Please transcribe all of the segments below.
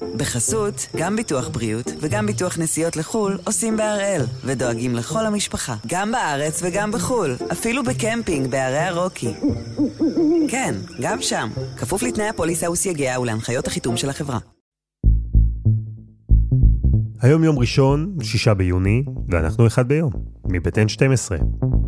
בחסות, גם ביטוח בריאות וגם ביטוח נסיעות לחול עושים בהראל, ודואגים לכל המשפחה, גם בארץ וגם בחול, אפילו בקמפינג בערי הרוקי. כן, גם שם, כפוף לתנאי הפוליסה וסייגיה ולהנחיות החיתום של החברה. היום יום ראשון, 6 ביוני, ואנחנו אחד ביום, מבית N12.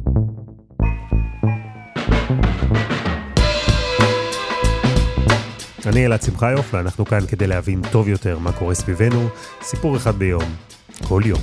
אני אלעד שמחיוף, ואנחנו כאן כדי להבין טוב יותר מה קורה סביבנו, סיפור אחד ביום, כל יום.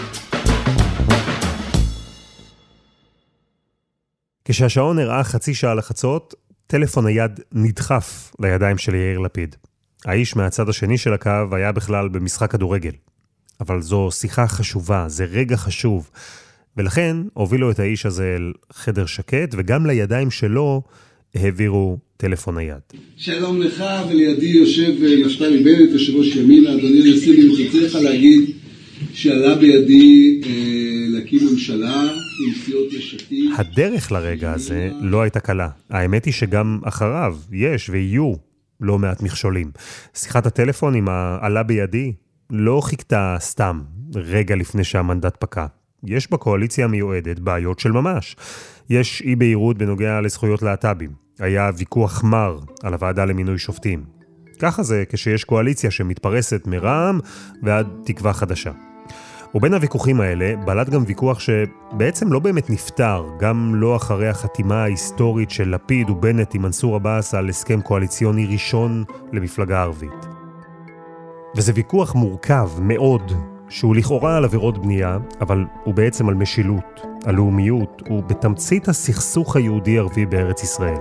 כשהשעון הראה חצי שעה לחצות, טלפון היד נדחף לידיים של יאיר לפיד. האיש מהצד השני של הקו היה בכלל במשחק כדורגל. אבל זו שיחה חשובה, זה רגע חשוב, ולכן הובילו את האיש הזה אל חדר שקט, וגם לידיים שלו העבירו טלפון נייד. שלום לך, ולידי יושב נפתלי בנט, יושב ראש ימינה. אדוני הנשיא, אני רוצה לך להגיד שעלה בידי להקים ממשלה עם סיעות יש עתיד. הדרך לרגע הזה לא הייתה קלה. האמת היא שגם אחריו יש ויהיו לא מעט מכשולים. שיחת הטלפון עם העלה בידי לא חיכתה סתם רגע לפני שהמנדט פקע. יש בקואליציה המיועדת בעיות של ממש. יש אי בהירות בנוגע לזכויות להט"בים. היה ויכוח מר על הוועדה למינוי שופטים. ככה זה כשיש קואליציה שמתפרסת מרע"מ ועד תקווה חדשה. ובין הוויכוחים האלה בלט גם ויכוח שבעצם לא באמת נפטר, גם לא אחרי החתימה ההיסטורית של לפיד ובנט עם מנסור עבאס על הסכם קואליציוני ראשון למפלגה ערבית. וזה ויכוח מורכב מאוד, שהוא לכאורה על עבירות בנייה, אבל הוא בעצם על משילות, על לאומיות, הוא בתמצית הסכסוך היהודי-ערבי בארץ ישראל.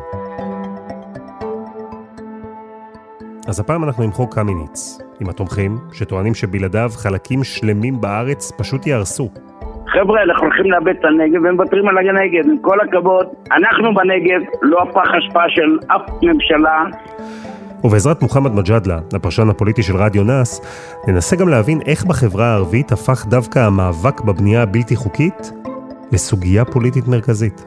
אז הפעם אנחנו עם חוק קמיניץ, עם התומכים שטוענים שבלעדיו חלקים שלמים בארץ פשוט יהרסו. חבר'ה, אנחנו הולכים לאבד את הנגב והם מוותרים על הנגב. עם כל הכבוד, אנחנו בנגב, לא הפח השפעה של אף ממשלה. ובעזרת מוחמד מג'אדלה, הפרשן הפוליטי של רדיו נאס, ננסה גם להבין איך בחברה הערבית הפך דווקא המאבק בבנייה הבלתי חוקית לסוגיה פוליטית מרכזית.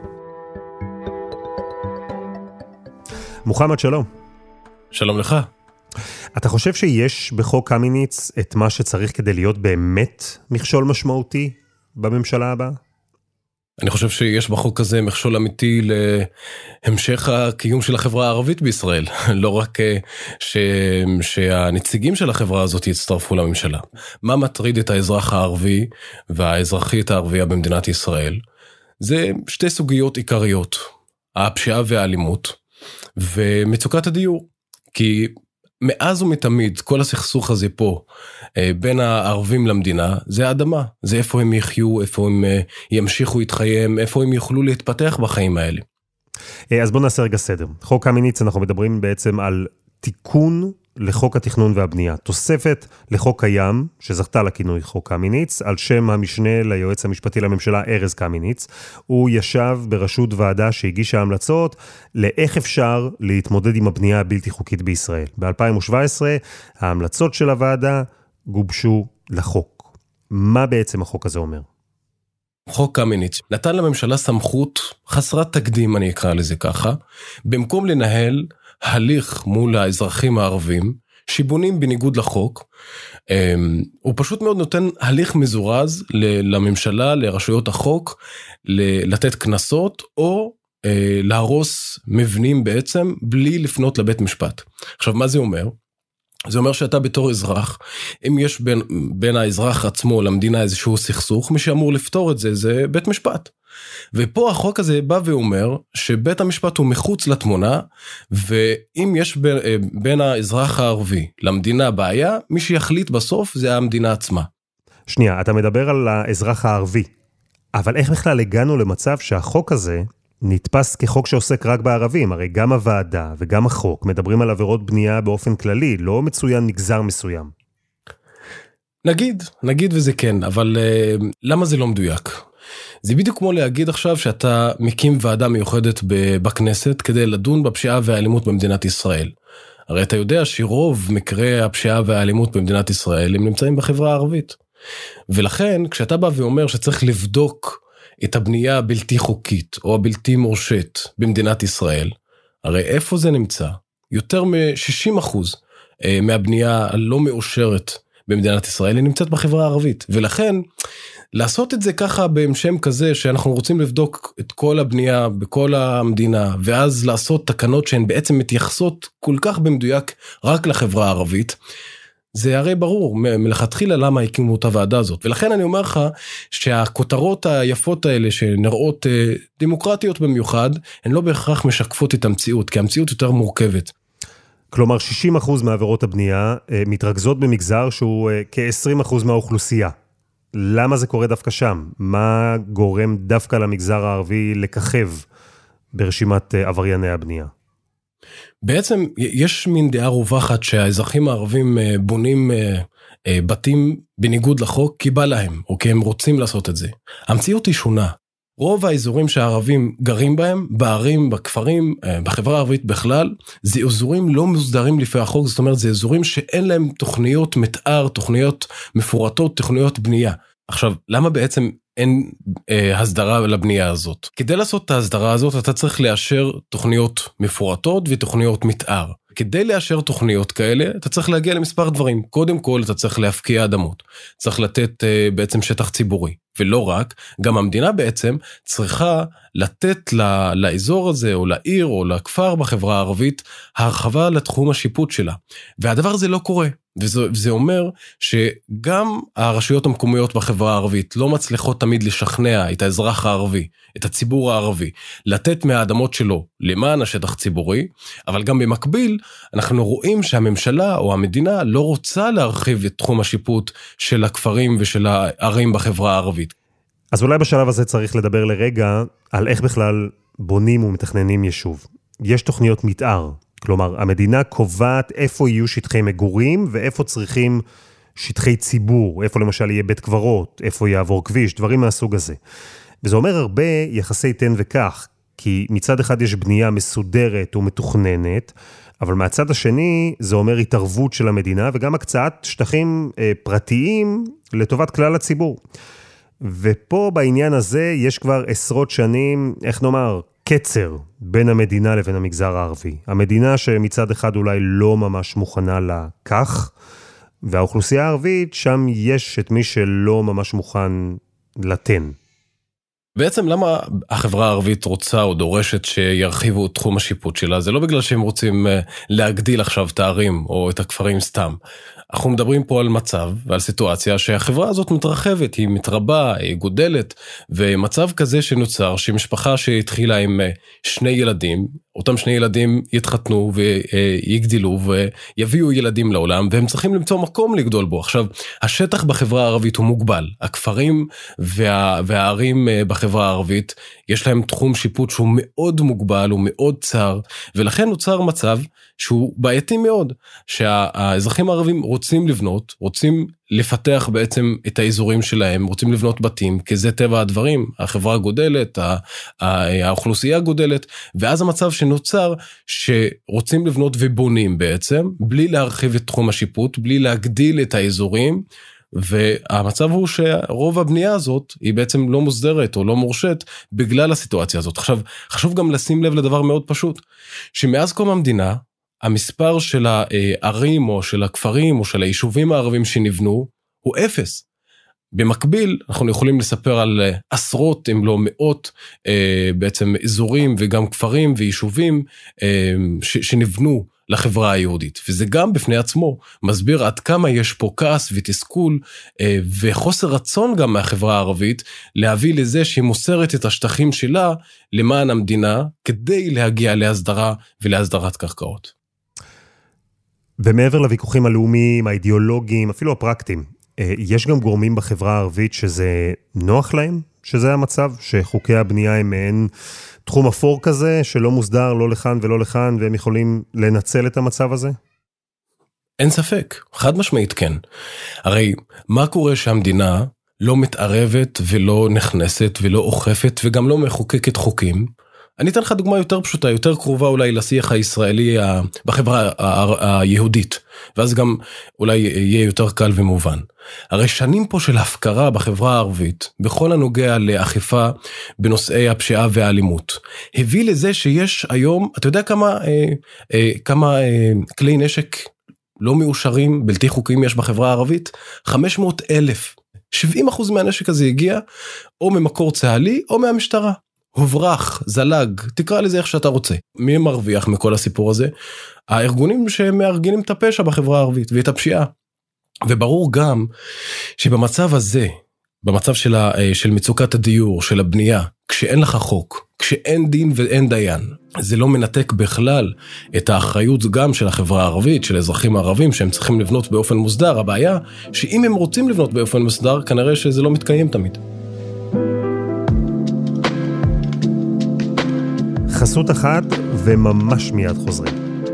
מוחמד, שלום. שלום לך. אתה חושב שיש בחוק קמיניץ את מה שצריך כדי להיות באמת מכשול משמעותי בממשלה הבאה? אני חושב שיש בחוק הזה מכשול אמיתי להמשך הקיום של החברה הערבית בישראל. לא רק שהנציגים של החברה הזאת יצטרפו לממשלה. מה מטריד את האזרח הערבי והאזרחית הערבייה במדינת ישראל? זה שתי סוגיות עיקריות. הפשיעה והאלימות ומצוקת הדיור. כי מאז ומתמיד כל הסכסוך הזה פה בין הערבים למדינה זה האדמה, זה איפה הם יחיו, איפה הם ימשיכו להתחיים, איפה הם יוכלו להתפתח בחיים האלה. אז בואו נעשה רגע סדר. חוק קמיניץ, אנחנו מדברים בעצם על תיקון לחוק התכנון והבנייה, תוספת לחוק קיים שזכתה לכינוי חוק קמיניץ, על שם המשנה ליועץ המשפטי לממשלה ארז קמיניץ. הוא ישב בראשות ועדה שהגישה המלצות לאיך אפשר להתמודד עם הבנייה הבלתי חוקית בישראל. ב-2017 ההמלצות של הוועדה גובשו לחוק. מה בעצם החוק הזה אומר? חוק קמיניץ נתן לממשלה סמכות חסרת תקדים, אני אקרא לזה ככה, במקום לנהל הליך מול האזרחים הערבים, שבונים בניגוד לחוק, הוא פשוט מאוד נותן הליך מזורז לממשלה, לרשויות החוק, לתת כנסות, או להרוס מבנים בעצם, בלי לפנות לבית משפט. עכשיו, מה זה אומר? זה אומר שאתה בתור אזרח, אם יש בין האזרח עצמו למדינה איזשהו סכסוך, מי שאמור לפתור את זה, זה בית משפט. ופה החוק הזה בא ואומר שבית המשפט הוא מחוץ לתמונה, ואם יש בין האזרח הערבי למדינה בעיה, מי שיחליט בסוף זה המדינה עצמה. שנייה, אתה מדבר על האזרח הערבי, אבל איך בכלל הגענו למצב שהחוק הזה נתפס כחוק שעוסק רק בערבים? הרי גם הוועדה וגם החוק מדברים על עבירות בנייה באופן כללי, לא מצוין מגזר מסוים. נגיד וזה כן, אבל למה זה לא מדויק? זה בדיוק כמו להגיד עכשיו שאתה מקים ועדה מיוחדת בכנסת כדי לדון בפשיעה והאלימות במדינת ישראל. הרי אתה יודע שרוב מקרי הפשיעה והאלימות במדינת ישראל הם נמצאים בחברה הערבית. ולכן כשאתה בא ואומר שצריך לבדוק את הבנייה הבלתי חוקית או הבלתי מורשת במדינת ישראל, הרי איפה זה נמצא? יותר מ-60% מהבנייה הלא מאושרת במדינת ישראל, היא נמצאת בחברה הערבית, ולכן לעשות את זה ככה בשם כזה, שאנחנו רוצים לבדוק את כל הבנייה בכל המדינה, ואז לעשות תקנות שהן בעצם מתייחסות כל כך במדויק רק לחברה הערבית, זה הרי ברור, מלכתחילה למה הקימו את הוועדה הזאת, ולכן אני אומר לך שהכותרות היפות האלה שנראות דמוקרטיות במיוחד, הן לא בהכרח משקפות את המציאות, כי המציאות יותר מורכבת. כלומר 60% מעבירות הבנייה מתרכזות במגזר שהוא כ-20% מהאוכלוסייה. למה זה קורה דווקא שם? מה גורם דווקא למגזר הערבי לככב ברשימת עברייני הבנייה? בעצם יש מין דעה רווחת שהאזרחים הערבים בונים בתים בניגוד לחוק כי בא להם, או כי הם רוצים לעשות את זה. המציאות היא שונה. רוב האזורים שהערבים גרים בהם, בערים, בכפרים, בחברה הערבית בכלל, זה אזורים לא מוסדרים לפי החוק, זאת אומרת, זה אזורים שאין להם תוכניות מתאר, תוכניות מפורטות, תוכניות בנייה. עכשיו, למה בעצם אין הסדרה לבנייה הזאת? כדי לעשות את ההסדרה הזאת, אתה צריך לאשר תוכניות מפורטות ותוכניות מתאר. כדי לאשר תוכניות כאלה, אתה צריך להגיע למספר דברים. קודם כל, אתה צריך להפקיע אדמות. צריך לתת בעצם שטח ציבורי. ולא רק, גם המדינה בעצם צריכה לתת לאזור הזה, או לעיר, או לכפר בחברה הערבית, הרחבה לתחום השיפוט שלה. והדבר הזה לא קורה. וזה אומר שגם הרשויות המקומיות בחברה הערבית לא מצליחות תמיד לשכנע את האזרח הערבי, את הציבור הערבי, לתת מהאדמות שלו למען השטח ציבורי, אבל גם במקביל אנחנו רואים שהממשלה או המדינה לא רוצה להרחיב את תחום השיפוט של הכפרים ושל הערים בחברה הערבית. אז אולי בשלב הזה צריך לדבר לרגע על איך בכלל בונים ומתכננים יישוב. יש תוכניות מתאר, כלומר, המדינה קובעת איפה יהיו שטחי מגורים ואיפה צריכים שטחי ציבור, איפה למשל יהיה בית קברות, איפה יעבור כביש, דברים מהסוג הזה. וזה אומר הרבה יחסי תן וכך, כי מצד אחד יש בנייה מסודרת ומתוכננת, אבל מהצד השני זה אומר התערבות של המדינה וגם הקצאת שטחים פרטיים לטובת כלל הציבור. ופה בעניין הזה יש כבר עשרות שנים, איך נאמר, קצר בין המדינה לבין המגזר הערבי. המדינה שמצד אחד אולי לא ממש מוכנה לכך, והאוכלוסייה הערבית שם יש את מי שלא ממש מוכן לתן. בעצם למה החברה הערבית רוצה או דורשת שירחיבו את תחום השיפוט שלה? זה לא בגלל שהם רוצים להגדיל עכשיו את הערים או את הכפרים סתם. אנחנו מדברים פה על מצב ועל סיטואציה שהחברה הזאת מתרחבת, היא מתרבה, היא גודלת, ומצב כזה שנוצר שמשפחה שהתחילה עם 2 ילדים, אותם 2 ילדים יתחתנו ויגדלו ויביאו ילדים לעולם, והם צריכים למצוא מקום לגדול בו. עכשיו, השטח בחברה הערבית הוא מוגבל. הכפרים והערים בחברה הערבית, יש להם תחום שיפוט שהוא מאוד מוגבל, הוא מאוד צר, ולכן נוצר מצב שהוא בעייתי מאוד, שהאזרחים הערבים רוצים לבנות, רוצים לפתח בעצם את האזורים שלהם, רוצים לבנות בתים, כי זה טבע הדברים, החברה גודלת, האוכלוסייה גודלת, ואז המצב שנוצר שרוצים לבנות ובונים בעצם, בלי להרחיב את תחום השיפוט, בלי להגדיל את האזורים, והמצב הוא שרוב הבנייה הזאת היא בעצם לא מוסדרת או לא מורשת בגלל הסיטואציה הזאת. עכשיו, חשוב גם לשים לב לדבר מאוד פשוט, שמאז קום המדינה, המספר של הערים או של הכפרים או של היישובים הערבים שנבנו הוא 0. במקביל אנחנו יכולים לספר על עשרות אם לא מאות בעצם אזורים וגם כפרים ויישובים שנבנו לחברה היהודית, וזה גם בפני עצמו מסביר עד כמה יש פה כעס ותסכול וחוסר רצון גם מהחברה הערבית להביא לזה שהיא מוסרת את השטחים שלה למען המדינה כדי להגיע להסדרה ולהסדרת קרקעות. ומעבר לוויכוחים הלאומיים, האידיאולוגיים, אפילו הפרקטיים, יש גם גורמים בחברה הערבית שזה נוח להם, שזה המצב, שחוקי הבנייה הם מעין תחום אפור כזה, שלא מוסדר לא לכאן ולא לכאן, והם יכולים לנצל את המצב הזה? אין ספק, חד משמעית כן. הרי מה קורה שהמדינה לא מתערבת ולא נכנסת ולא אוכפת וגם לא מחוקקת חוקים? אני אתן לך דוגמה יותר פשוטה, יותר קרובה אולי לשיח הישראלי בחברה היהודית, ואז גם אולי יהיה יותר קל ומובן. הרי שנים פה של הפקרה בחברה הערבית, בכל הנוגע לאכיפה בנושאי הפשיעה והאלימות, הביא לזה שיש היום, אתה יודע כמה כלי נשק לא מאושרים, בלתי חוקיים יש בחברה הערבית, 500,000. 70% מהנשק הזה הגיע או ממקור צה"לי או מהמשטרה. הוברח, זלג, תקרא לזה איך שאתה רוצה. מי מרוויח מכל הסיפור הזה? הארגונים שמארגנים את הפשע בחברה הערבית ואת הפשיעה. וברור גם שבמצב הזה, במצב של מצוקת הדיור, של הבנייה, כשאין לך חוק, כשאין דין ואין דיין, זה לא מנתק בכלל את האחריות גם של החברה הערבית, של האזרחים הערבים, שהם צריכים לבנות באופן מוסדר. הבעיה שאם הם רוצים לבנות באופן מוסדר, כנראה שזה לא מתקיים תמיד. חסות אחת וממש מיד חוזרים.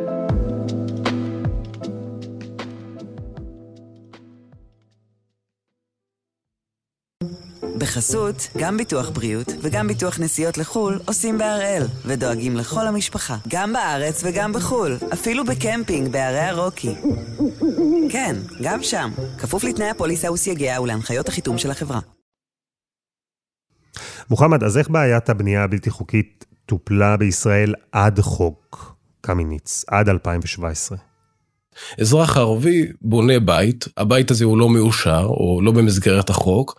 בחסות, גם ביטוח בריאות וגם ביטוח נסיעות לחול עושים בהראל ודואגים לכל המשפחה, גם בארץ וגם בחול, אפילו בקמפינג בערי הרוקי. כן, גם שם, כפוף לתנאי הפוליסה וסייגיה ולהנחיות החיתום של החברה. מוחמד, אז איך בעיית הבנייה הבלתי חוקית טופלה בישראל עד חוק קמיניץ, עד 2017? אזרח ערבי בונה בית, הבית הזה הוא לא מאושר, או לא במסגרת החוק,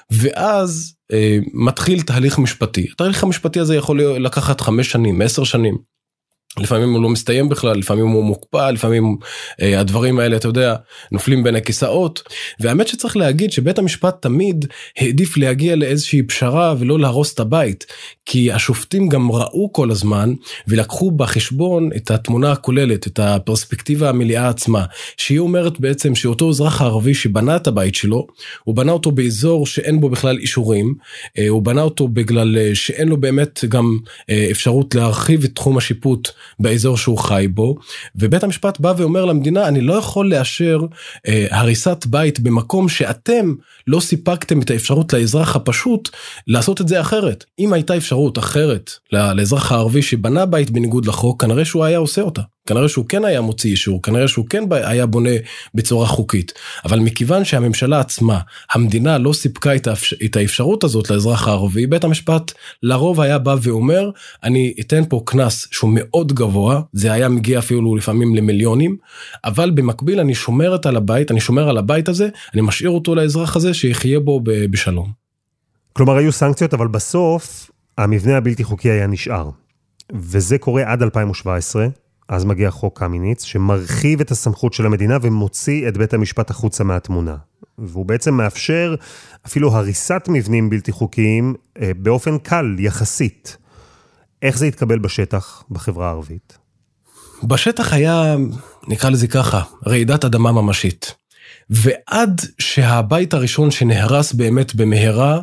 ואז מתחיל תהליך משפטי. התהליך המשפטי הזה יכול לקחת 5 שנים, 10 שנים. לפעמים הוא לא מסתיים בכלל, לפעמים הוא מוקפא, לפעמים הדברים האלה, אתה יודע, נופלים בין הכיסאות, והאמת שצריך להגיד שבית המשפט תמיד העדיף להגיע לאיזושהי פשרה ולא להרוס את הבית, כי השופטים גם ראו כל הזמן ולקחו בחשבון את התמונה הכוללת, את הפרספקטיבה המלאה עצמה, שהיא אומרת בעצם שאותו אזרח הערבי שבנה את הבית שלו, הוא בנה אותו באזור שאין בו בכלל אישורים, הוא בנה אותו בגלל שאין לו באמת גם אפשרות להרחיב את תחום השיפוט באזור שהוא חי בו, ובית המשפט בא ואומר למדינה, אני לא יכול לאשר הריסת בית במקום שאתם לא סיפקתם את האפשרות לאזרח הפשוט לעשות את זה אחרת. אם הייתה אפשרות אחרת לאזרח הערבי שבנה בית בניגוד לחוק, כנראה שהוא היה עושה אותה. כנראה שהוא כן היה מוציא אישור, כנראה שהוא כן היה בונה בצורה חוקית. אבל מכיוון שהממשלה עצמה, המדינה לא סיפקה את האפשרות הזאת לאזרח הערבי, בית המשפט לרוב היה בא ואומר, אני אתן פה כנס שהוא מאוד גבוה, זה היה מגיע אפילו לפעמים למיליונים, אבל במקביל אני שומרת על הבית, אני שומר על הבית הזה, אני משאיר אותו לאזרח הזה שיחיה בו בשלום. כלומר, היו סנקציות, אבל בסוף המבנה הבלתי חוקי היה נשאר. וזה קורה עד 2017, אז מגיע חוק קמיניץ, שמרחיב את הסמכות של המדינה ומוציא את בית המשפט החוצה מהתמונה. והוא בעצם מאפשר אפילו הריסת מבנים בלתי חוקיים באופן קל, יחסית. איך זה יתקבל בשטח, בחברה הערבית? בשטח היה, נקרא לזה ככה, רעידת אדמה ממשית. ועד שהבית הראשון שנהרס באמת במהרה,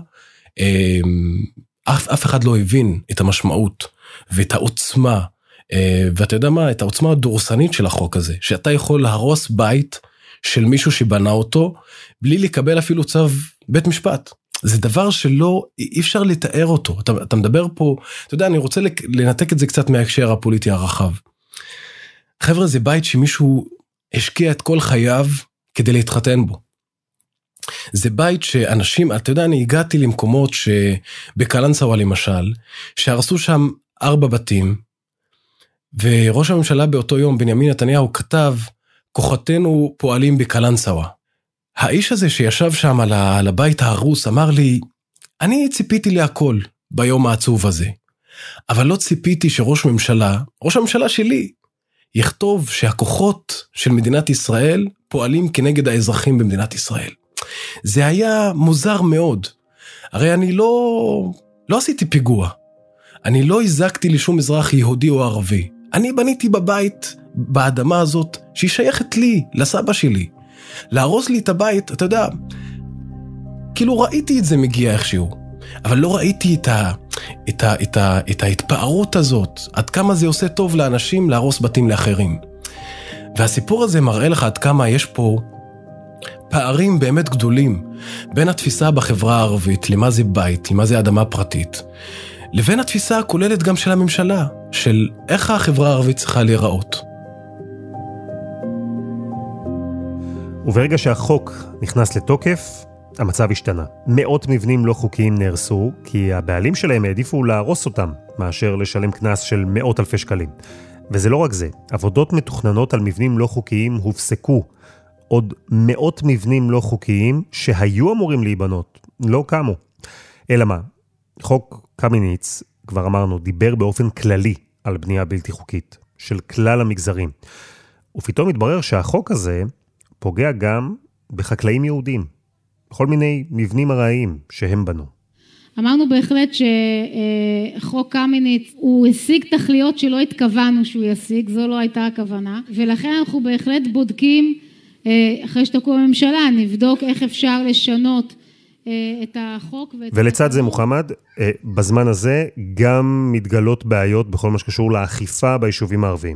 אף אחד לא הבין את המשמעות ואת העוצמה, ואתה יודע מה, את העוצמה הדורסנית של החוק הזה, שאתה יכול להרוס בית של מישהו שבנה אותו, בלי לקבל אפילו צו בית משפט. זה דבר שלא, אי אפשר לתאר אותו. אתה מדבר פה, אתה יודע, אני רוצה לנתק את זה קצת מההקשר הפוליטי הרחב. חבר'ה, זה בית שמישהו השקיע את כל חייו כדי להתחתן בו. זה בית שאנשים, אתה יודע, אני הגעתי למקומות בקלנסווה למשל, שהרסו שם 4 בתים, וראש הממשלה באותו יום, בנימין נתניהו, כתב, כוחותינו פועלים בקלנסווה. האיש הזה שישב שם על הבית ההרוס, אמר לי, אני ציפיתי להכל ביום העצוב הזה, אבל לא ציפיתי שראש ממשלה, ראש הממשלה שלי, יכתוב שהכוחות של מדינת ישראל פועלים כנגד האזרחים במדינת ישראל. זה היה מוזר מאוד. הרי אני לא עשיתי פיגוע. אני לא הזקתי לשום אזרח יהודי או ערבי. אני בניתי בבית, באדמה הזאת, שהיא שייכת לי, לסבא שלי. להרוס לי את הבית, אתה יודע, כאילו ראיתי את זה מגיע איכשהו, אבל לא ראיתי את ההתפארות הזאת, עד כמה זה עושה טוב לאנשים להרוס בתים לאחרים. והסיפור הזה מראה לך עד כמה יש פה פערים באמת גדולים, בין התפיסה בחברה הערבית, למה זה בית, למה זה אדמה פרטית, לבין התפיסה הכוללת גם של הממשלה, של איך החברה הערבית צריכה להיראות. וברגע שהחוק נכנס לתוקף, המצב השתנה. 100 מבנים לא חוקיים נהרסו, כי הבעלים שלהם העדיפו להרוס אותם, מאשר לשלם קנס של 100,000 שקלים. וזה לא רק זה, עבודות מתוכננות על מבנים לא חוקיים הופסקו. עוד מאות מבנים לא חוקיים שהיו אמורים להיבנות, לא קמו. אלא מה? חוק קמיניץ, כבר אמרנו, דיבר באופן כללי על בנייה בלתי חוקית, של כלל המגזרים. ופתאום התברר שהחוק הזה פוגע גם בחקלאים יהודים, בכל מיני מבנים ארעיים שהם בנו. אמרנו בהחלט שחוק קמיניץ הוא השיג תכליות שלא התכוונו שהוא ישיג, זו לא הייתה הכוונה, ולכן אנחנו בהחלט בודקים, אחרי שתקום הממשלה, נבדוק איך אפשר לשנות את החוק. ולצד זה, מוחמד, בזמן הזה גם מתגלות בעיות בכל מה שקשור לאכיפה ביישובים הערביים.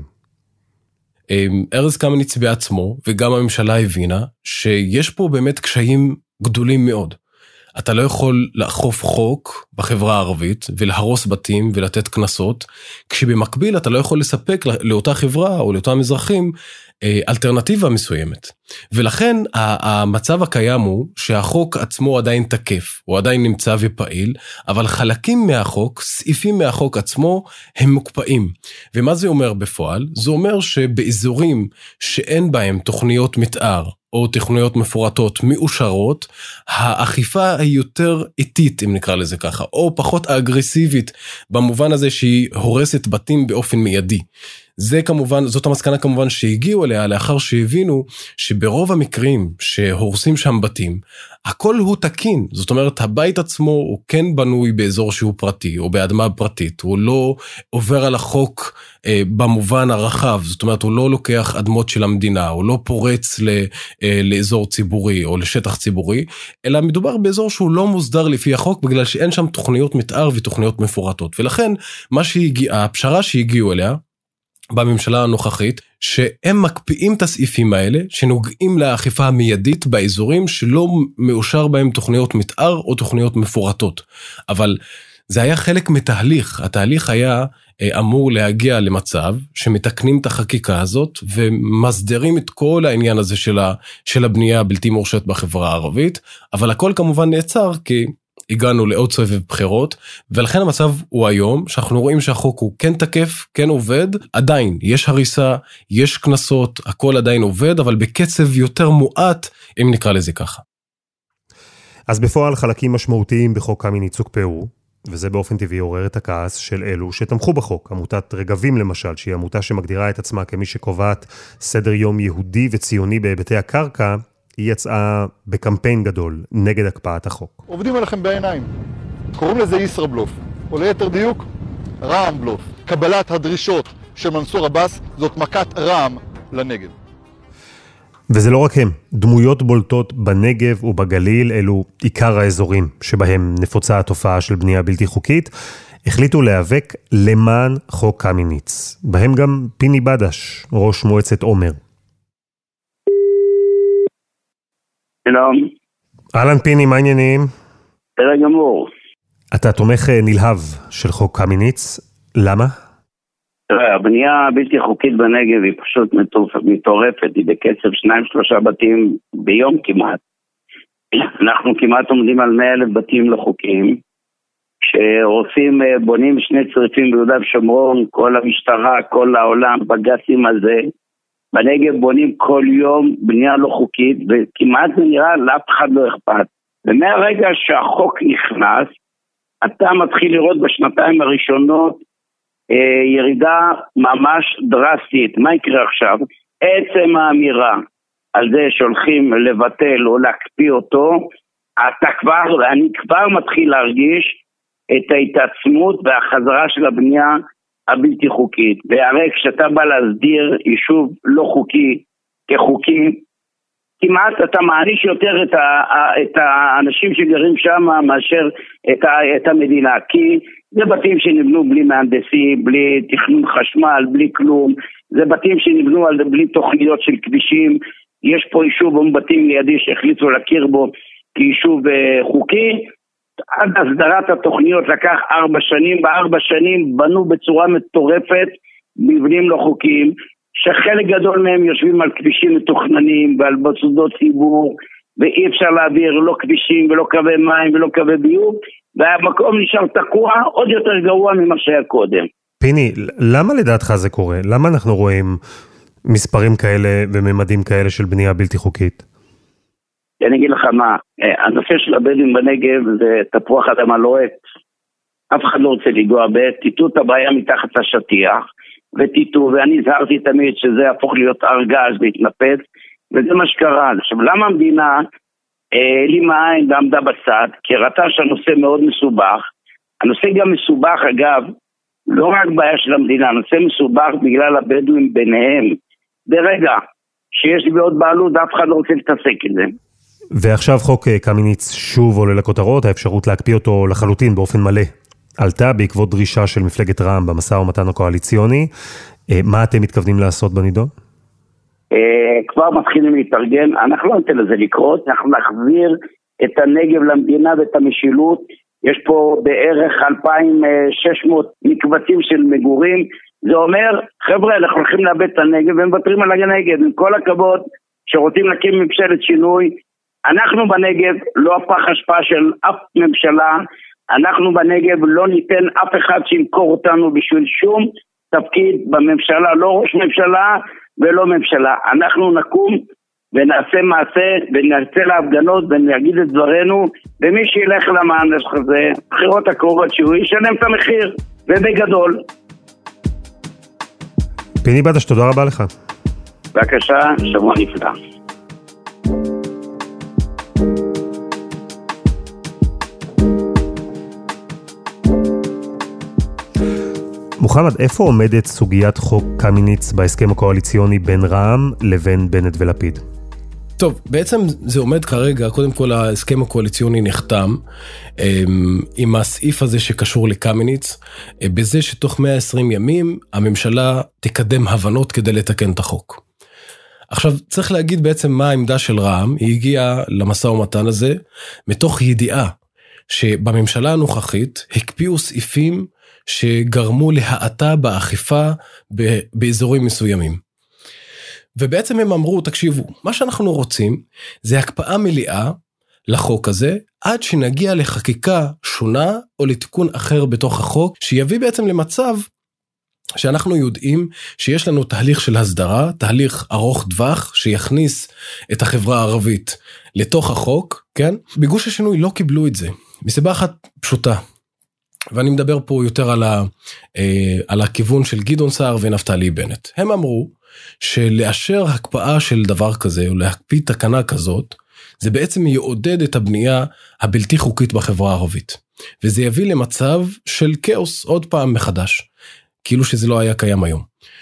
ארז קמיניץ בעצמו, וגם הממשלה הבינה, שיש פה באמת קשיים גדולים מאוד. אתה לא יכול לאכוף חוק בחברה הערבית, ולהרוס בתים ולתת כנסות, כשבמקביל אתה לא יכול לספק לאותה חברה או לאותם אזרחים אלטרנטיבה מסוימת. ולכן המצב הקיים הוא שהחוק עצמו עדיין תקף, הוא עדיין נמצא ופעיל, אבל חלקים מהחוק, סעיפים מהחוק עצמו, הם מוקפאים. ומה זה אומר בפועל? זה אומר שבאזורים שאין בהם תוכניות מתאר, או תכניות מפורטות מאושרות, האכיפה היא יותר איטית, אם נקרא לזה ככה, או פחות אגרסיבית, במובן הזה שהיא הורסת בתים באופן מיידי. זה כמובן, זאת המסקנה כמובן שהגיעו אליה, לאחר שהבינו שברוב המקרים שהורסים שם בתים, הכל הוא תקין. זאת אומרת, הבית עצמו הוא כן בנוי באזור שהוא פרטי, או באדמה פרטית, הוא לא עובר על החוק במובן הרחב, זאת אומרת, הוא לא לוקח אדמות של המדינה, הוא לא פורץ לאזור ציבורי או לשטח ציבורי, אלא מדובר באזור שהוא לא מוסדר לפי החוק, בגלל שאין שם תוכניות מתאר ותוכניות מפורטות. ולכן, הפשרה שהגיעו אליה, בממשלה הנוכחית, שהם מקפיאים את הסעיפים האלה, שנוגעים לאכיפה המיידית באזורים שלא מאושר בהם תוכניות מתאר או תוכניות מפורטות. אבל זה היה חלק מתהליך. התהליך היה אמור להגיע למצב שמתקנים את החקיקה הזאת, ומסדרים את כל העניין הזה של הבנייה הבלתי מורשת בחברה הערבית, אבל הכל כמובן נעצר כי הגענו לעוד סבב בחירות, ולכן המצב הוא היום, שאנחנו רואים שהחוק הוא כן תקף, כן עובד, עדיין יש הריסה, יש כנסות, הכל עדיין עובד, אבל בקצב יותר מועט, אם נקרא לזה ככה. אז בפועל חלקים משמעותיים בחוק קמיניץ הוקפאו, וזה באופן טבעי עורר את הכעס של אלו שתמכו בחוק. עמותת רגבים למשל, שהיא עמותה שמגדירה את עצמה כמי שקובעת סדר יום יהודי וציוני בהיבטי הקרקע, היא יצאה בקמפיין גדול נגד הקפאת החוק. עובדים עליכם בעיניים. קוראים לזה ישראבלוף, או ליתר דיוק, רעם בלוף. קבלת הדרישות של מנסור עבאס זאת מכת רעם לנגב. וזה לא רק הם, דמויות בולטות בנגב ובגליל, אלו עיקר האזורים שבהם נפוצה התופעה של בנייה בלתי חוקית, החליטו להיאבק למען חוק קמיניץ. בהם גם פיני בדש, ראש מועצת עומר. שלום. אהלן פיני, מה העניינים? בסדר גמור. אתה תומך נלהב של חוק קמיניץ, למה? תראה, הבנייה הבלתי חוקית בנגב היא פשוט מטורפת, היא בקצב 2-3 בתים ביום כמעט. אנחנו כמעט עומדים על 100,000 בתים לא חוקיים, שרופאים בונים 2 צריפים ביהודה ושומרון, כל המשטרה, כל העולם, בג"צים הזה, בנגב בונים כל יום בנייה לא חוקית, וכמעט זה נראה לאף אחד לא אכפת. ומהרגע שהחוק נכנס, אתה מתחיל לראות בשנתיים הראשונות ירידה ממש דרסטית. מה יקרה עכשיו? עצם האמירה על זה שהולכים לבטל או להקפיא אותו, אני כבר מתחיל להרגיש את ההתעצמות והחזרה של הבנייה הבלתי חוקית. והרי כשאתה בא להסדיר יישוב לא חוקי כחוקי, כמעט אתה מעניש יותר את האנשים שגרים שם מאשר את המדינה, כי זה בתים שנבנו בלי מהנדסי, בלי תכנון חשמל, בלי כלום, זה בתים שנבנו בלי תוכניות של כבישים. יש פה יישוב בתים לידי שהחליטו להכיר בו כיישוב חוקי, עד הסדרת התוכניות לקח 4 שנים, ב4 שנים בנו בצורה מטורפת מבנים לא חוקיים, שחלק גדול מהם יושבים על כבישים מתוכננים ועל מוסדות ציבור, ואי אפשר להעביר לא כבישים ולא קווי מים ולא קווי ביוב, והמקום נשאר תקוע עוד יותר גרוע ממה שהיה קודם. פיני, למה לדעתך זה קורה? למה אנחנו רואים מספרים כאלה וממדים כאלה של בנייה בלתי חוקית? אני אגיד לך מה, הנושא של הבדואים בנגב זה תפוח אדמה לוהט. אף אחד לא רוצה לגוע טיטו את הבעיה מתחת לשטיח, וטיטו, ואני זהרתי תמיד שזה הפוך להיות ארגז והתנפץ, וזה מה שקרה. עכשיו, למה המדינה לימה עין ועמדה בצד? כי ראתה שהנושא מאוד מסובך. הנושא גם מסובך, אגב, לא רק בעיה של המדינה, הנושא מסובך בגלל הבדואים ביניהם. ברגע שיש תביעות בעלות, אף אחד לא רוצה להתעסק עם זה. ועכשיו חוק קמיניץ שוב עולה לכותרות, האפשרות להקפיא אותו לחלוטין באופן מלא. עלתה בעקבות דרישה של מפלגת רע"מ במשא ומתן הקואליציוני. מה אתם מתכוונים לעשות בנידון? כבר מתחילים להתארגן, אנחנו לא ניתן לזה לקרות, אנחנו נחזיר את הנגב למדינה ואת המשילות. יש פה בערך 2,600 מקבצים של מגורים, זה אומר, חבר'ה, אנחנו הולכים לאבד את הנגב והם מוותרים על הנגב, עם כל הכבוד שרוצים להקים ממשלת שינוי. אנחנו בנגב לא הפח השפעה של אף ממשלה, אנחנו בנגב לא ניתן אף אחד שימכור אותנו בשביל שום תפקיד בממשלה, לא ראש ממשלה ולא ממשלה. אנחנו נקום ונעשה מעשה ונעשה להפגנות ונגיד את דברנו, ומי שילך למהנדס הזה, בחירות הקרובות שהוא ישלם את המחיר, ובגדול. פיני בדש, תודה רבה לך. בבקשה, שבוע נפלא. מוחמד, איפה עומדת סוגיית חוק קמיניץ בהסכם הקואליציוני בין רע"מ לבין בנט ולפיד? טוב, בעצם זה עומד כרגע, קודם כל ההסכם הקואליציוני נחתם עם הסעיף הזה שקשור לקמיניץ, בזה שתוך 120 ימים הממשלה תקדם הבנות כדי לתקן את החוק. עכשיו צריך להגיד בעצם מה העמדה של רע"מ, היא הגיעה למשא ומתן הזה מתוך ידיעה שבממשלה הנוכחית הקפיאו סעיפים שגרמו להאטה באכיפה באזורים מסוימים. ובעצם הם אמרו, תקשיבו, מה שאנחנו רוצים זה הקפאה מלאה לחוק הזה, עד שנגיע לחקיקה שונה או לתיקון אחר בתוך החוק, שיביא בעצם למצב שאנחנו יודעים שיש לנו תהליך של הסדרה, תהליך ארוך טווח, שיכניס את החברה הערבית לתוך החוק, כן? בגוש השינוי לא קיבלו את זה, מסיבה אחת פשוטה. ואני מדבר פה יותר על הכיוון של גדעון סער ונפתלי בנט. הם אמרו שלאשר הקפאה של דבר כזה, או להקפיא תקנה כזאת, זה בעצם יעודד את הבנייה הבלתי חוקית בחברה הערבית. וזה יביא למצב של כאוס עוד פעם מחדש, כאילו שזה לא היה קיים היום.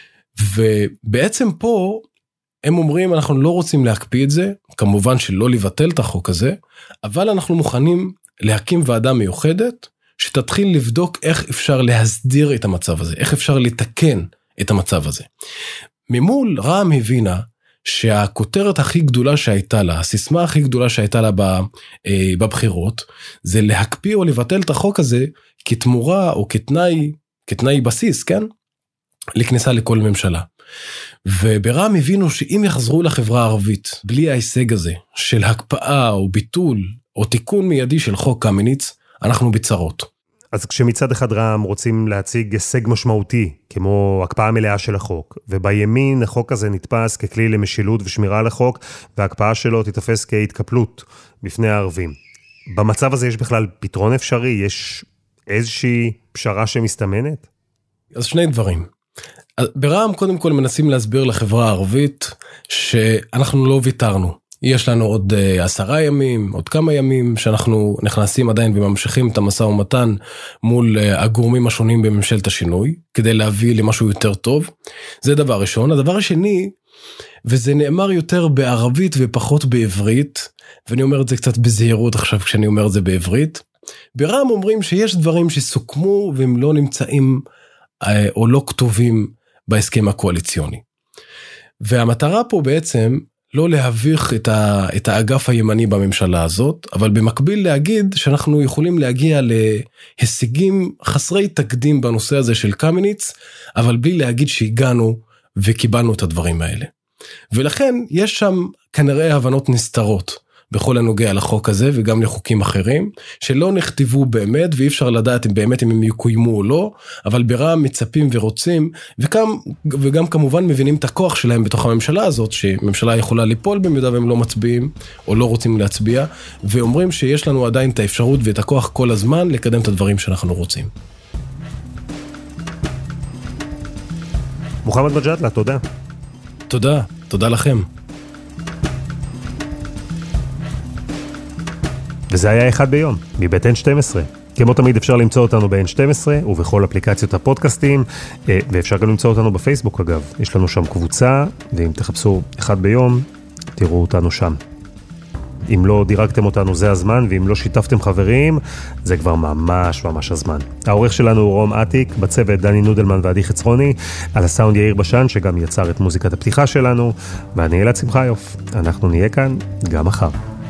ובעצם פה הם אומרים, אנחנו לא רוצים להקפיא את זה, כמובן שלא לבטל את החוק הזה, אבל אנחנו מוכנים להקים ועדה מיוחדת, שתתחיל לבדוק איך אפשר להסדיר את המצב הזה, איך אפשר לתקן את המצב הזה. ממול רע"מ הבינה שהכותרת הכי גדולה שהייתה לה, הסיסמה הכי גדולה שהייתה לה בבחירות, זה להקפיא או לבטל את החוק הזה כתמורה או כתנאי בסיס, כן? לכניסה לכל ממשלה. וברע"מ הבינו שאם יחזרו לחברה הערבית בלי ההישג הזה של הקפאה או ביטול או תיקון מיידי של חוק קמיניץ, אנחנו בצרות. אז כשמצד אחד רע"מ רוצים להציג הישג משמעותי, כמו הקפאה מלאה של החוק, ובימין החוק הזה נתפס ככלי למשילות ושמירה על החוק, וההקפאה שלו תתפס כהתקפלות בפני הערבים. במצב הזה יש בכלל פתרון אפשרי? יש איזושהי פשרה שמסתמנת? אז שני דברים. ברע"מ קודם כל מנסים להסביר לחברה הערבית שאנחנו לא ויתרנו. יש לנו עוד 10 ימים, עוד כמה ימים שאנחנו נכנסים עדיין וממשיכים את המשא ומתן מול הגורמים השונים בממשלת השינוי, כדי להביא למשהו יותר טוב. זה דבר ראשון. הדבר השני, וזה נאמר יותר בערבית ופחות בעברית, ואני אומר את זה קצת בזהירות עכשיו כשאני אומר את זה בעברית, ברע"מ אומרים שיש דברים שסוכמו והם לא נמצאים או לא כתובים בהסכם הקואליציוני. והמטרה פה בעצם לא להביך את האגף הימני בממשלה הזאת, אבל במקביל להגיד שאנחנו יכולים להגיע להישגים חסרי תקדים בנושא הזה של קמיניץ, אבל בלי להגיד שהגענו וקיבלנו את הדברים האלה. ולכן יש שם כנראה הבנות נסתרות בכל הנוגע לחוק הזה וגם לחוקים אחרים, שלא נכתבו באמת, ואי אפשר לדעת אם באמת הם יקוימו או לא, אבל ברעם מצפים ורוצים, וגם כמובן מבינים את הכוח שלהם בתוך הממשלה הזאת, שממשלה יכולה ליפול במידה והם לא מצביעים, או לא רוצים להצביע, ואומרים שיש לנו עדיין את האפשרות ואת הכוח כל הזמן לקדם את הדברים שאנחנו רוצים. מוחמד מג'אדלה, תודה. תודה לכם. וזה היה אחד ביום, מבית N12. כמו תמיד אפשר למצוא אותנו ב-N12 ובכל אפליקציות הפודקאסטים, ואפשר גם למצוא אותנו בפייסבוק אגב. יש לנו שם קבוצה, ואם תחפשו אחד ביום, תראו אותנו שם. אם לא דירגתם אותנו זה הזמן, ואם לא שיתפתם חברים, זה כבר ממש הזמן. העורך שלנו הוא רום עתיק, בצוות דני נודלמן ועדי חצרוני, על הסאונד יאיר בשן שגם יצר את מוזיקת הפתיחה שלנו, ואני אלעד שמחיוף. אנחנו נהיה כאן גם מחר.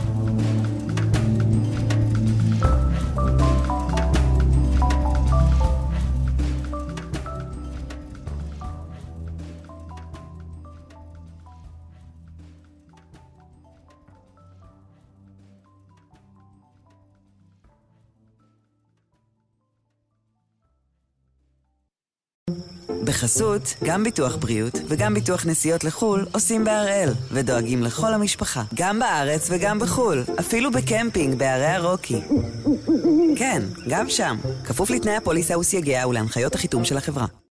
בחסות, גם ביטוח בריאות וגם ביטוח נסיעות לחול עושים בהראל ודואגים לכל המשפחה, גם בארץ וגם בחול, אפילו בקמפינג בערי הרוקי. כן, גם שם, כפוף לתנאי הפוליסה וסייגיה ולהנחיות החיתום של החברה.